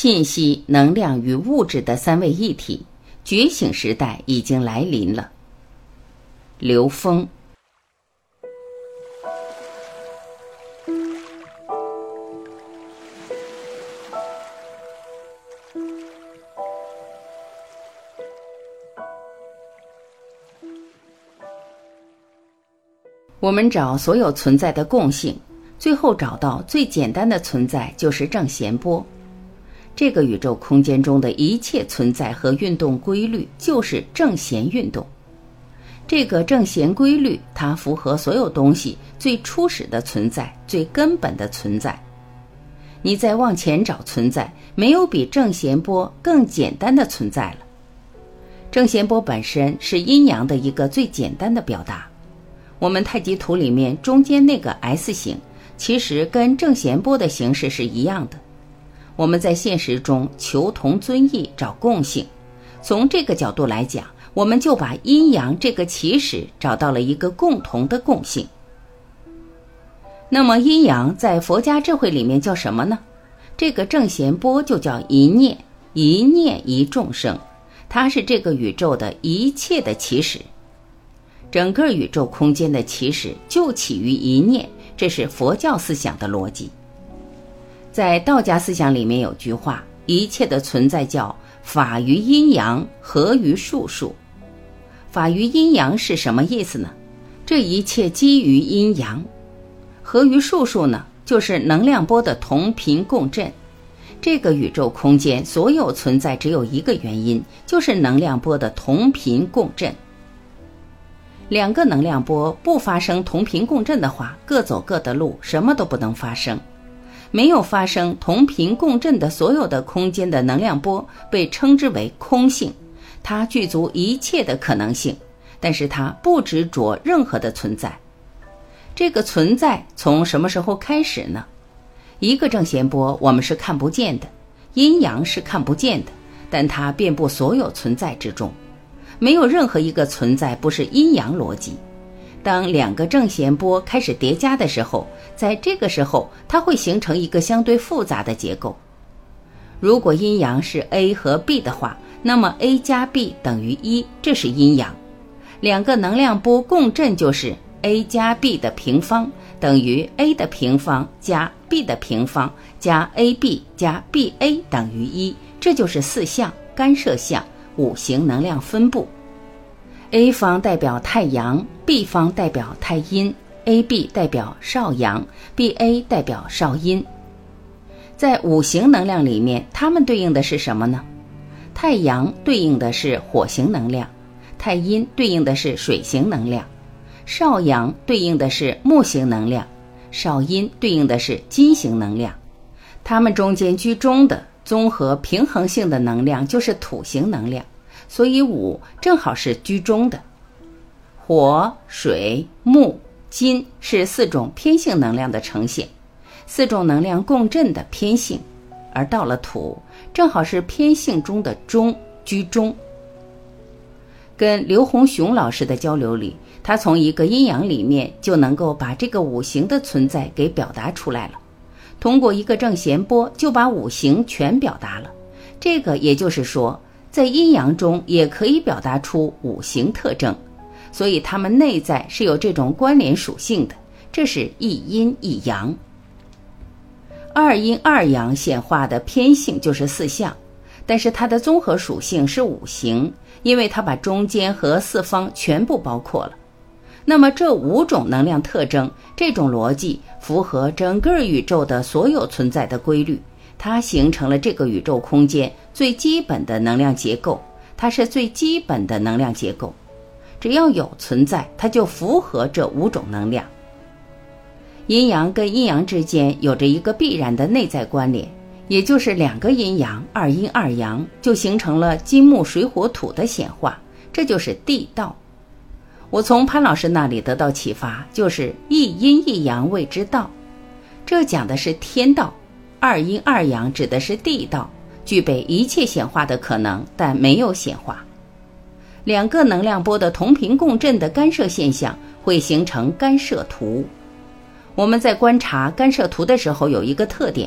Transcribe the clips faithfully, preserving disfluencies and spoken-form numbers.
信息、能量与物质的三位一体，觉醒时代已经来临了。刘峰。我们找所有存在的共性，最后找到最简单的存在就是正弦波。这个宇宙空间中的一切存在和运动规律就是正弦运动。这个正弦规律，它符合所有东西最初始的存在，最根本的存在。你再往前找存在，没有比正弦波更简单的存在了。正弦波本身是阴阳的一个最简单的表达。我们太极图里面中间那个 S 形，其实跟正弦波的形式是一样的。我们在现实中求同尊异，找共性。从这个角度来讲，我们就把阴阳这个起始找到了一个共同的共性。那么阴阳在佛家智慧里面叫什么呢？这个正弦波就叫一念，一念一众生，它是这个宇宙的一切的起始。整个宇宙空间的起始就起于一念，这是佛教思想的逻辑。在道家思想里面有句话，一切的存在叫法于阴阳，合于术数。法于阴阳是什么意思呢？这一切基于阴阳。合于术数呢，就是能量波的同频共振。这个宇宙空间所有存在只有一个原因，就是能量波的同频共振。两个能量波不发生同频共振的话，各走各的路，什么都不能发生。没有发生同频共振的所有的空间的能量波被称之为空性，它具足一切的可能性，但是它不执着任何的存在。这个存在从什么时候开始呢？一个正弦波我们是看不见的，阴阳是看不见的，但它遍布所有存在之中。没有任何一个存在不是阴阳逻辑。当两个正弦波开始叠加的时候，在这个时候它会形成一个相对复杂的结构。如果阴阳是 A 和 B 的话，那么 A 加 B 等于一，这是阴阳。两个能量波共振就是 A 加 B 的平方等于 A 的平方加 B 的平方加 A B 加 B A 等于一，这就是四象干涉象五行能量分布。 A 方代表太阳， B 方代表太阴， A B 代表少阳， B A 代表少阴。在五行能量里面，它们对应的是什么呢？太阳对应的是火型能量，太阴对应的是水型能量，少阳对应的是木型能量，少阴对应的是金型能量。它们中间居中的综合平衡性的能量就是土型能量，所以五正好是居中的。火、水、木、金是四种偏性能量的呈现，四种能量共振的偏性，而到了土正好是偏性中的中，居中。跟刘洪雄老师的交流里，他从一个阴阳里面就能够把这个五行的存在给表达出来了，通过一个正弦波就把五行全表达了。这个也就是说，在阴阳中也可以表达出五行特征，所以它们内在是有这种关联属性的，这是一阴一阳。二阴二阳显化的偏性就是四象，但是它的综合属性是五行，因为它把中间和四方全部包括了。那么这五种能量特征，这种逻辑符合整个宇宙的所有存在的规律，它形成了这个宇宙空间最基本的能量结构，它是最基本的能量结构。只要有存在，它就符合这五种能量。阴阳跟阴阳之间有着一个必然的内在关联，也就是两个阴阳，二阴二阳，就形成了金木水火土的显化，这就是地道。我从潘老师那里得到启发，就是一阴一阳谓之道，这讲的是天道，二阴二阳指的是地道，具备一切显化的可能，但没有显化。两个能量波的同频共振的干涉现象会形成干涉图。我们在观察干涉图的时候有一个特点，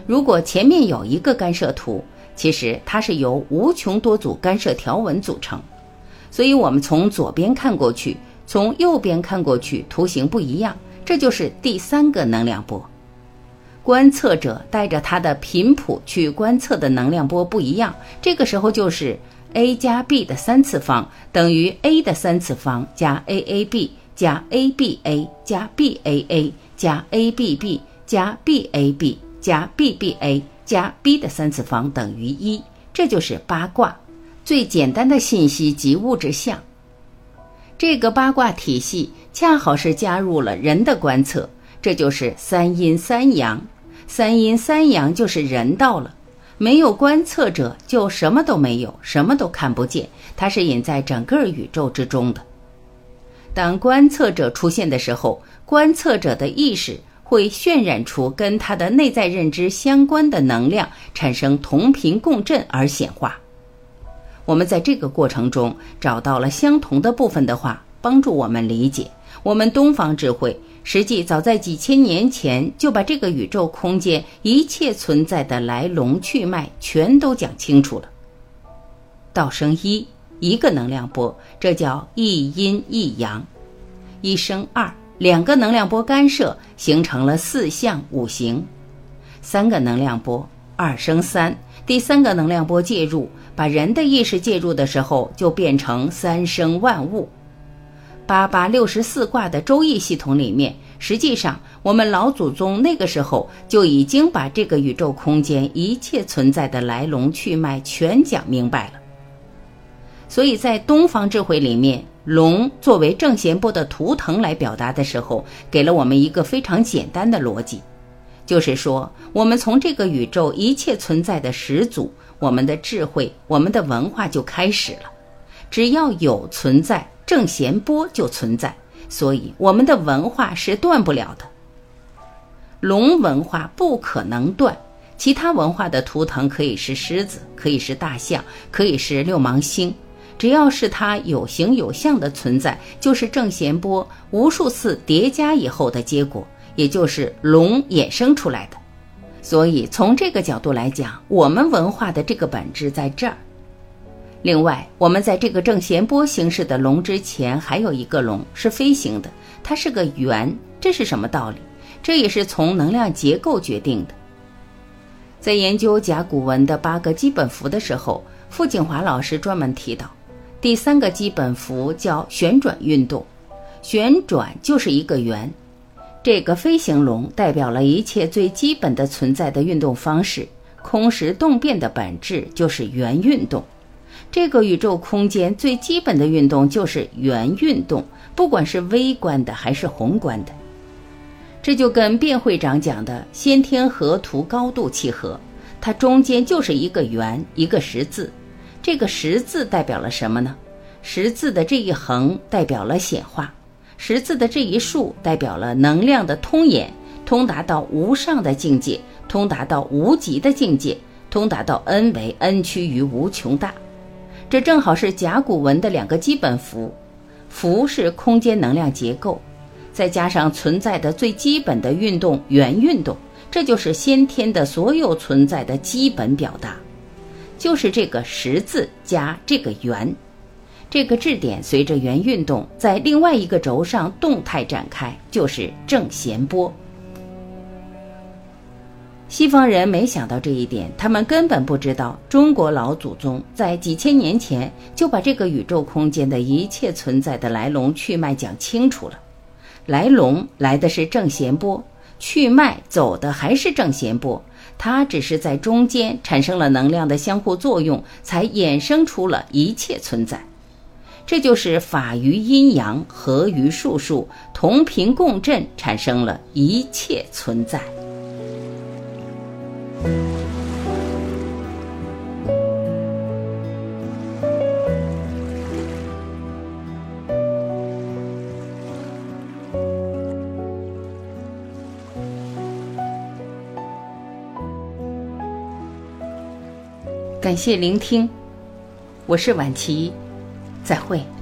如果前面有一个干涉图，其实它是由无穷多组干涉条纹组成，所以我们从左边看过去，从右边看过去，图形不一样，这就是第三个能量波。观测者带着他的频谱去观测的能量波不一样，这个时候就是 a 加 b 的三次方等于 a 的三次方加 A A B 加 A B A 加 B A A 加 A B B 加 B A B 加 B B A 加 b 的三次方等于一，这就是八卦，最简单的信息及物质象。这个八卦体系恰好是加入了人的观测，这就是三阴三阳，三阴三阳就是人道了。没有观测者就什么都没有，什么都看不见，它是隐在整个宇宙之中的。当观测者出现的时候，观测者的意识会渲染出跟他的内在认知相关的能量，产生同频共振而显化。我们在这个过程中找到了相同的部分的话，帮助我们理解，我们东方智慧实际早在几千年前就把这个宇宙空间一切存在的来龙去脉全都讲清楚了。道生一，一个能量波，这叫一阴一阳；一生二，两个能量波干涉形成了四象五行；三个能量波，二生三，第三个能量波介入，把人的意识介入的时候就变成三生万物。八八六十四卦的周易系统里面，实际上我们老祖宗那个时候就已经把这个宇宙空间一切存在的来龙去脉全讲明白了。所以在东方智慧里面，龙作为正弦波的图腾来表达的时候，给了我们一个非常简单的逻辑，就是说我们从这个宇宙一切存在的始祖，我们的智慧，我们的文化就开始了。只要有存在，正弦波就存在，所以我们的文化是断不了的。龙文化不可能断，其他文化的图腾可以是狮子，可以是大象，可以是六芒星，只要是它有形有相的存在，就是正弦波无数次叠加以后的结果，也就是龙衍生出来的。所以从这个角度来讲，我们文化的这个本质在这儿。另外，我们在这个正弦波形式的龙之前还有一个龙是飞行的，它是个圆，这是什么道理？这也是从能量结构决定的。在研究甲骨文的八个基本符的时候，傅景华老师专门提到，第三个基本符叫旋转运动，旋转就是一个圆。这个飞行龙代表了一切最基本的存在的运动方式，空时动变的本质就是圆运动。这个宇宙空间最基本的运动就是圆运动，不管是微观的还是宏观的。这就跟卞会长讲的先天河图高度契合，它中间就是一个圆，一个十字。这个十字代表了什么呢？十字的这一横代表了显化，十字的这一竖代表了能量的通演，通达到无上的境界，通达到无极的境界，通达到 n 为 n 趋于无穷大。这正好是甲骨文的两个基本符，符是空间能量结构，再加上存在的最基本的运动圆运动，这就是先天的所有存在的基本表达，就是这个十字加这个圆。这个质点随着圆运动在另外一个轴上动态展开，就是正弦波。西方人没想到这一点，他们根本不知道中国老祖宗在几千年前就把这个宇宙空间的一切存在的来龙去脉讲清楚了。来龙来的是正弦波，去脉走的还是正弦波，它只是在中间产生了能量的相互作用，才衍生出了一切存在。这就是法于阴阳，合于术数，同频共振，产生了一切存在。感谢聆听，我是婉琪，再会。